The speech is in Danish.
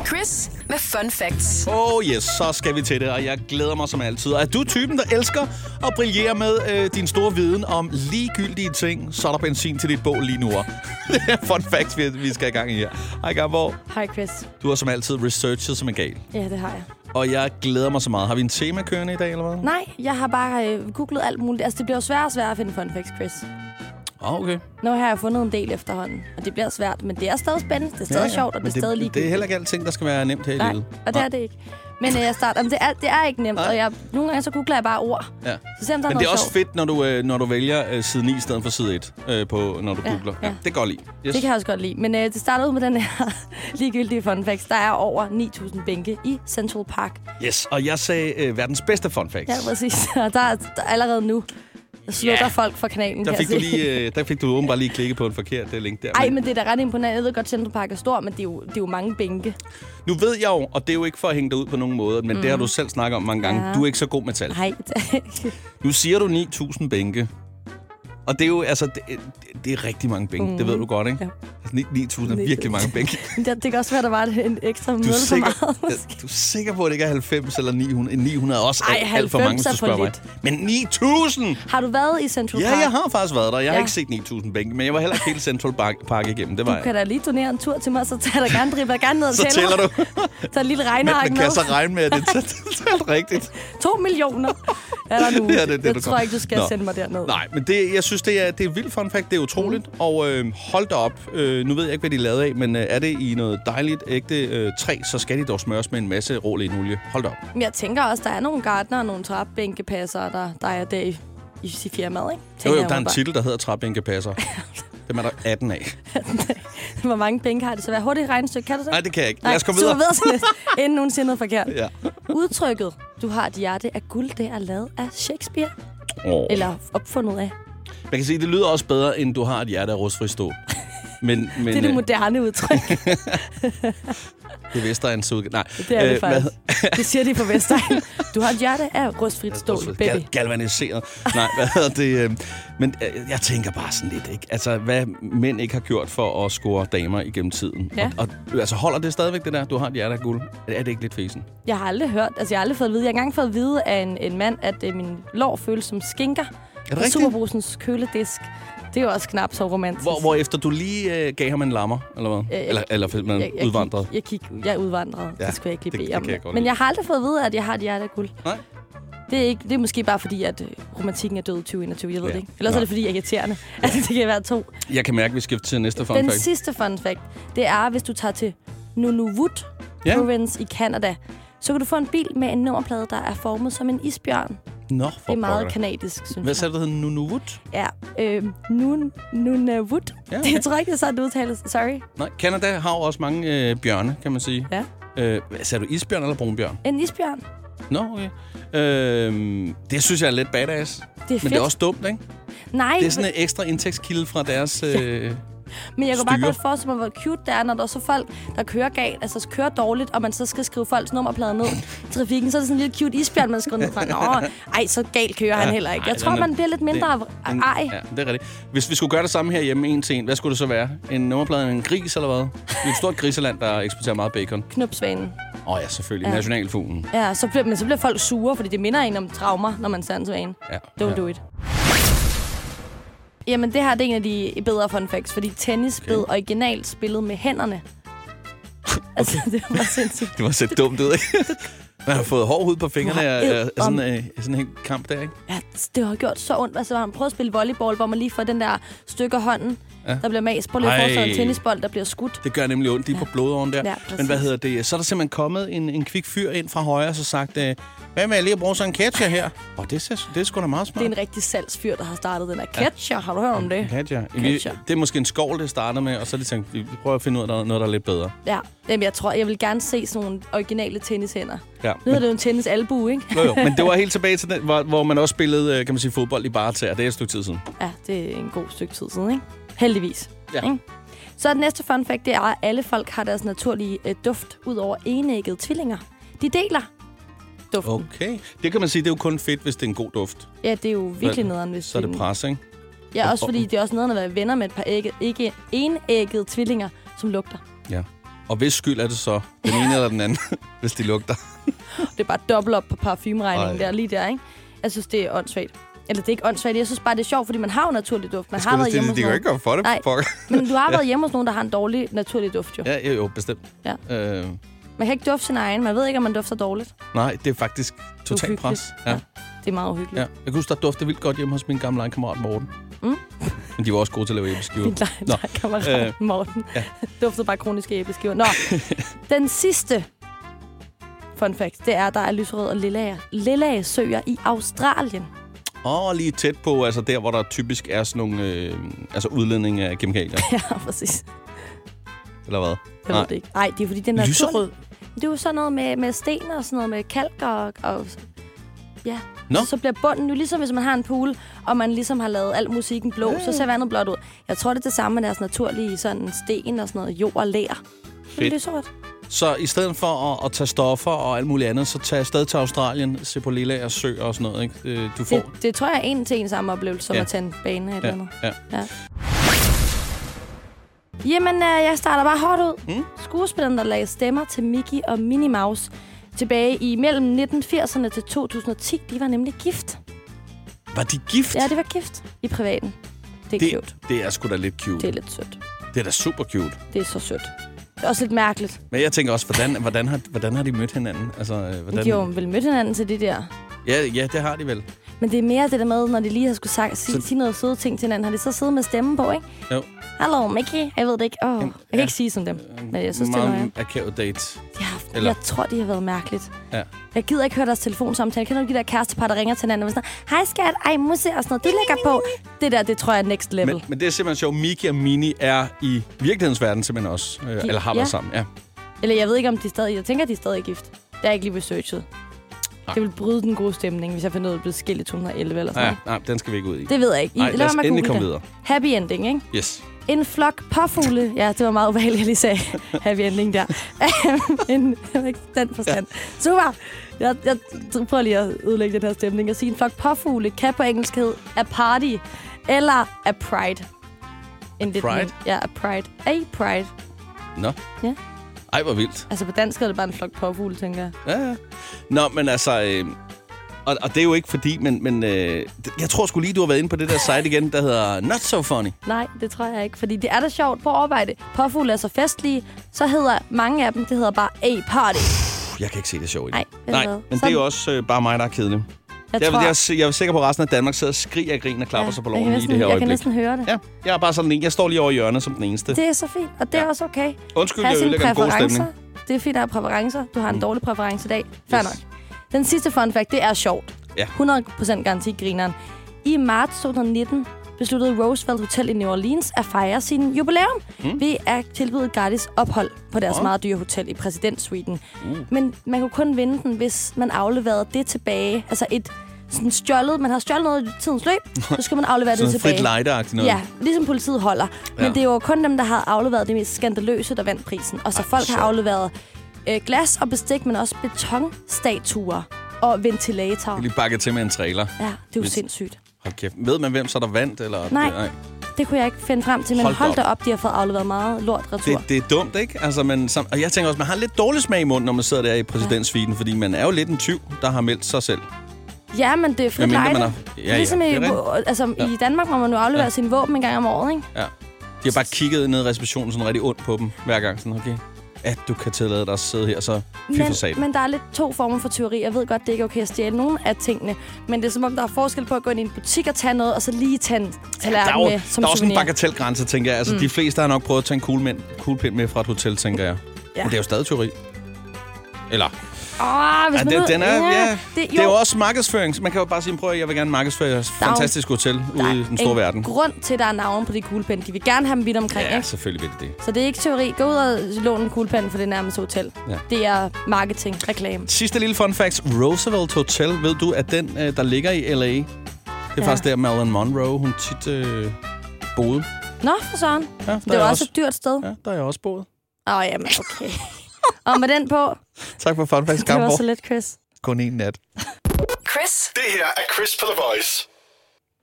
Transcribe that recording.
Chris med Fun Facts. Yes, så skal vi til det, og jeg glæder mig som altid. Er du typen, der elsker at brillere med din store viden om ligegyldige ting, så er der benzin til dit bål lige nu. Det er Fun Facts, vi skal i gang i her. Hej Gabor. Hej Chris. Du har som altid researchet som en gal. Ja, det har jeg. Og jeg glæder mig så meget. Har vi en tema kørende i dag, eller hvad? Nej, jeg har bare googlet alt muligt. Altså, det bliver jo sværere og sværere at finde fun facts, Chris. Okay. Nu har jeg fundet en del efterhånden, og det bliver svært. Men det er stadig spændende, det er stadig sjovt, og det er stadig ligegyldigt. Det er heller ikke alting, der skal være nemt her i livet. Og det er det ikke. Men jeg starter, det er ikke nemt, og nogle gange så googler jeg bare ord. Ja. Så ser, om der men er det er også sjovt. fedt, når du vælger side 9 i stedet for side 1, når du googler. Ja, det kan godt lide. Yes. Det kan jeg også godt lide. Men det starter ud med den her ligegyldige fun facts. Der er over 9.000 bænke i Central Park. Yes, og jeg sagde verdens bedste fun facts. Ja, præcis. Og der er allerede nu slukker folk fra kanalen. Der fik du åbenbart lige klikket på en forkert link der. Ej, men det er da ret imponerende. Jeg ved godt, Central Park er stor, men det er jo mange bænke. Nu ved jeg jo, og det er jo ikke for at hænge dig ud på nogen måde, men det har du selv snakket om mange gange. Du er ikke så god med tal. Nej, Nu siger du 9.000 bænke. Og det er jo, altså, det er rigtig mange bænke. Det ved du godt, ikke? Ja. Altså, 9.000 er virkelig mange bænke. Det kan også være, der var en ekstra møde for meget. Du er sikker på, at det ikke er 90 eller 900? 900 er også alt for mange, hvis du spørger mig. Men 9.000! Har du været i Central Park? Ja, jeg har faktisk været der. Jeg har ikke set 9.000 bænke, men jeg var heller ikke helt Central Park igennem. Det var du kan da lige donere en tur til mig, så tager jeg gerne ned og så tæller du. Så en lille regneark med. Men kan så regne med, at det er rigtigt. 2 millioner er der nu. Ja, det tror jeg ikke, du skal sende mig derned. Nej, men jeg synes, det er vildt fun fact. Det er utroligt. Og hold da op. Nu ved jeg ikke, hvad de er lavet af, men er det i noget dejligt ægte træ, så skal de dog smøres med en masse rå linolie. Hold da op. Men jeg tænker også, der er nogle gartnere og nogle træbænkepassere, der er der i firmaet, ikke? Jo, der er en titel, der hedder træbænkepassere. Dem er der 18 af. Hvor mange bænke har det så været? Hurtigt regnestykke, kan du det? Nej, det kan jeg ikke. Lad os gå videre. Inden nogen siger noget forkert. Ja. Udtrykket, du har et hjerte af guld, det er lavet af Shakespeare. Eller opfundet af. Man kan sige, det lyder også bedre, end du har et hjerte af rustfri stål. Men, det er det moderne udtryk. Det er Vestegns udgave. Nej. Det er det faktisk. Det siger de på Vestegn. Du har et hjerte af rustfrit stål, baby. Galvaniseret. Nej, hvad hedder det? Men jeg tænker bare sådan lidt, ikke? Altså, hvad mænd ikke har gjort for at score damer igennem tiden. Ja. Og altså, holder det stadigvæk det der? Du har et hjerte af guld. Er det ikke lidt fesen? Jeg har aldrig hørt, jeg har aldrig fået at vide. Jeg har engang fået at vide af en mand, at min lår føles som skinker. Er det rigtigt? Superbrusens køleddisk. Det er jo også knap så romantisk. Hvor efter du lige gav ham en lammer, eller hvad? Eller man udvandrede? Jeg er udvandret. Ja, det skulle jeg ikke lige bede om. Men jeg har aldrig fået at vide, at jeg har et hjerte af guld. Nej. Det er måske bare fordi, at romantikken er død i 2021. Jeg ved det ikke. Ellers er det fordi, jeg er irriterende. Altså, det kan være 2. Jeg kan mærke, at vi skal til næste fun fact. Den sidste fun fact, det er, hvis du tager til Nunavut Province i Canada, så kan du få en bil med en nummerplade, der er formet som en isbjørn. Nå, det er meget kanadisk, synes jeg. Hvad sagde du, det hedder? Nunavut? Ja, Nunavut. Ja, okay. Det tror jeg ikke, det er sådan, det udtales. Sorry. Nej, Canada har jo også mange bjørne, kan man sige. Ja. Sagde du isbjørn eller brunbjørn? En isbjørn. Nå, okay. Det synes jeg er lidt badass. Det er men det er også dumt, ikke? Nej. Det er sådan en ekstra indtægtskilde fra deres men jeg kan bare godt forestille mig, hvor cute det er, når der er så folk, der kører galt, altså kører dårligt, og man så skal skrive folks nummerplader ned i trafikken, så er det sådan en lille cute isbjørn, man skriver ned fra. Nå, ej, så galt kører han heller ikke. Jeg tror, man bliver lidt mindre ej. Ja, det er rigtigt. Hvis vi skulle gøre det samme herhjemme en til en, hvad skulle det så være? En nummerplade en gris, eller hvad? Det er et stort griseland, der eksporterer meget bacon. Knupsvanen. Ja, selvfølgelig. Ja. Nationalfuglen. Ja, så bliver folk sure, fordi det minder en om traumer, når man ser en svane. Ja. Don't do it. Jamen, det her det er en af de bedre fun facts, fordi tennis blev originalt spillet med hænderne. Altså, det var sindssygt. Det var så dumt ud, ikke? Man har fået hård hud på fingrene af sådan en kamp der, ikke? Ja, det har gjort så ondt. Altså, han prøvede at spille volleyball, hvor man lige får den der stykke af hånden, der bliver mast. Prøv lige at forestille en tennisbold, der bliver skudt. Det gør nemlig ondt. De er på blodåren der. Ja, men hvad hedder det? Så er der simpelthen kommet en kvik fyr ind fra højre, og så sagt, hvad med lige at bruge sådan en catcher her? Det er sgu da meget smart. Det er en rigtig salgsfyr, der har startet den her catcher. Har du hørt om det? Catcher. Det er måske en skovl, det starter med, og så er de tænkt, vi prøver at finde ud af noget, der er lidt bedre. Ja, jamen, jeg vil gerne se sådan nogle originale tennishænder. Ja. Nu er det jo en tennisalbue, ikke? Jo, men det var helt tilbage til den, hvor man også spillede, kan man sige, fodbold i baretager. Det er et stykke tid siden. Ja, det er en god stykke tid siden, ikke? Heldigvis. Ja. Ikke? Så den næste fun fact, det er, at alle folk har deres naturlige duft, ud over enæggede tvillinger. De deler duften. Okay. Det kan man sige, det er jo kun fedt, hvis det er en god duft. Ja, det er jo virkelig nederen, hvis så er det pres, ikke? Ja, også fordi det er også nederen at være venner med et par enæggede tvillinger, som lugter. Ja. Og hvis skyld er det så den ene eller den anden, hvis de lugter? Det er bare dobbelt op på parfumeregningen der, lige der, ikke? Jeg synes, det er åndssvagt. Eller det er ikke åndssvagt. Jeg synes bare, det er sjovt, fordi man har jo naturlig duft. Man har været hjemme hos nogen. De kan ikke gøre for det. Nej, men du har været hjemme hos nogen, der har en dårlig naturlig duft, jo. Ja, jo, bestemt. Ja. Man kan ikke dufte sin egen. Man ved ikke, om man dufter dårligt. Nej, det er faktisk totalt pres. Ja. Det er meget uhyggeligt. Ja. Jeg kan huske, der duftede vildt godt hjemme hos min gamle legekammerat Morten. Men de var også gode til at lave æbleskiver. Min legekammerat Morten. Ja. Duftede bare kroniske æbleskiver. Nå, den sidste fun fact, det er, at der er lyserød og lilla søer i Australien. Lige tæt på, altså der, hvor der typisk er sådan nogle udledning af kemikalier. Ja, præcis. Eller hvad? Jeg ved det ikke. Nej, det er fordi, den er lyserød. Det er jo sådan noget med sten og sådan noget med kalk og ja. Så bliver bunden jo ligesom, hvis man har en pool, og man ligesom har lavet al musikken blå, så ser vandet blåt ud. Jeg tror, det er det samme med deres naturlige sådan sten og sådan noget jord og ler. Det er lyserødt. Så i stedet for at tage stoffer og alt muligt andet, så tag afsted til Australien, se på lilla og sø og sådan noget, ikke? Du får... det tror jeg er en til en samme oplevelse, som at tage en bane eller andet. Ja. Jamen, jeg starter bare hårdt ud. Skuespillerne, der lagde stemmer til Mickey og Minnie Mouse tilbage i mellem 1980'erne til 2010, de var nemlig gift. Var de gift? Ja, de var gift i privaten. Det er cute. Det er sgu da lidt cute. Det er lidt sødt. Det er da super cute. Det er så sødt. Det er også lidt mærkeligt. Men jeg tænker også, hvordan har de mødt hinanden? Altså, de har jo vel mødt hinanden til det der. Ja, det har de vel. Men det er mere det der med, når de lige har skulle sige noget søde ting til hinanden. Har de så siddet med stemmen på, ikke? Jo. Hallo, Mickey. Jeg ved det ikke. Jeg kan ikke sige som dem. Men jeg synes, det er noget. Akavet date. Ja, jeg tror, de har været mærkeligt. Ja. Jeg gider ikke høre deres telefonsamtale. Kan du de der kærestepar, der ringer til hinanden og sådan, hej skat, ej musse og sådan noget. Det lægger på. Det der, det tror jeg er next level. Men det er simpelthen sjovt. Mickey og Minnie er i virkelighedens verden simpelthen også. Eller har været sammen, ja. Eller jeg ved ikke, om de stadig... Jeg tænker, de er stadig gift. Det er ikke lige researchet. Det vil bryde den gode stemning, hvis jeg finder ud af at blive skilt i 2011 eller sådan noget. Nej, den skal vi ikke ud i. Det ved jeg ikke. Nej, lad os endelig komme videre. Happy ending, ikke? Yes. En flok påfugle. Ja, det var meget ubehageligt, jeg lige sagde. Happy ending der. Den forstand. Ja. Super. Jeg prøver lige at udlægge den her stemning og sige, en flok påfugle kan på engelsk hedde a party eller a pride. Pride? Ja, a pride. A pride. Nå. Ja. Ej, hvor vildt. Altså på dansk er det bare en flok påfugle, tænker jeg. Ja. Nå, men altså... Og det er jo ikke fordi, men jeg tror sgu lige, du har været inde på det der site igen, der hedder Not So Funny. Nej, det tror jeg ikke, fordi det er da sjovt på arbejde. Påfugle er så festlige, så hedder mange af dem, det hedder bare a party. Jeg kan ikke se det sjovt i det. Nej, men det er jo også bare mig, der er kedelig. Jeg er sikker på, at resten af Danmark sidder og skriger af grin og klapper sig på loven i det her øjeblik. Jeg kan næsten høre det. Ja, jeg er bare sådan en. Jeg står lige over hjørnet som den eneste. Det er så fint, og det er også okay. Undskyld, jeg ødelægger en god stemning. Det er fint, der er præferencer. Du har en dårlig præference i dag. Fair nok. Den sidste fun fact, det er sjovt. Ja. 100% garanti grineren. I marts 2019 besluttede Roosevelt Hotel i New Orleans at fejre sin jubilæum ved at tilbyde gratis ophold på deres meget dyre hotel i præsidentsuiten. Men man kunne kun vinde den, hvis man afleverede det tilbage. Altså et sådan stjålet. Man har stjålet noget i tidens løb, så skal man aflevere det tilbage. Sådan frit lejde-agtigt noget. Ja, ligesom politiet holder. Men det er jo kun dem, der har afleveret det mest skandaløse, der vandt prisen. Og så folk har afleveret glas og bestik, men også betonstatuer og ventilatorer. Lige bakket til med en trailer. Ja, det er jo sindssygt. Hold kæft. Ved man, hvem så der vandt? Eller? Nej, det kunne jeg ikke finde frem til, men hold da op, de har fået afleveret meget lort retur. Det er dumt, ikke? Altså, og jeg tænker også, man har lidt dårlig smag i munden, når man sidder der i præsidentssuiten, fordi man er jo lidt en tyv, der har meldt sig selv. Ja, men det er frit lejde. Ligesom i Danmark må man jo aflevere sine våben en gang om året, ikke? Ja. De har bare kigget ned i receptionen sådan rigtig ondt på dem hver gang. Sådan, okay, at du kan tillade dig at sidde her, så fy for satan. Men der er lidt to former for tyveri. Jeg ved godt, det ikke er okay at stjæle nogen af tingene. Men det er som om, der er forskel på at gå ind i en butik og tage noget, og så lige tage en tallerken med som souvenir. Der er også en bagatelgrænse, tænker jeg. Altså, de fleste har nok prøvet at tage en kuglepind med fra et hotel, tænker jeg. Ja. Men det er jo stadig tyveri. Eller... det er jo også markedsføring. Man kan jo bare sige, prøv at jeg vil gerne markedsføre et fantastisk hotel ude i den store verden. Der er grund til, at der er navn på de kuglepinde. De vil gerne have dem vidt omkring, ja, selvfølgelig vil det. Så det er ikke teori. Gå ud og låne en kuglepinde for det nærmeste hotel. Ja. Det er marketing, reklame. Sidste lille fun fact. Roosevelt Hotel, ved du, at den, der ligger i L.A., det er faktisk der Marilyn Monroe, hun tit boede. Nå, for sådan. Ja, det var også et dyrt sted. Ja, der er jeg også boet. Jamen, okay. Og med den på... Tak for fun facts, Skamborg. Det var så lidt, Chris. Kun en nat. Chris. Det her er Chris på The Voice.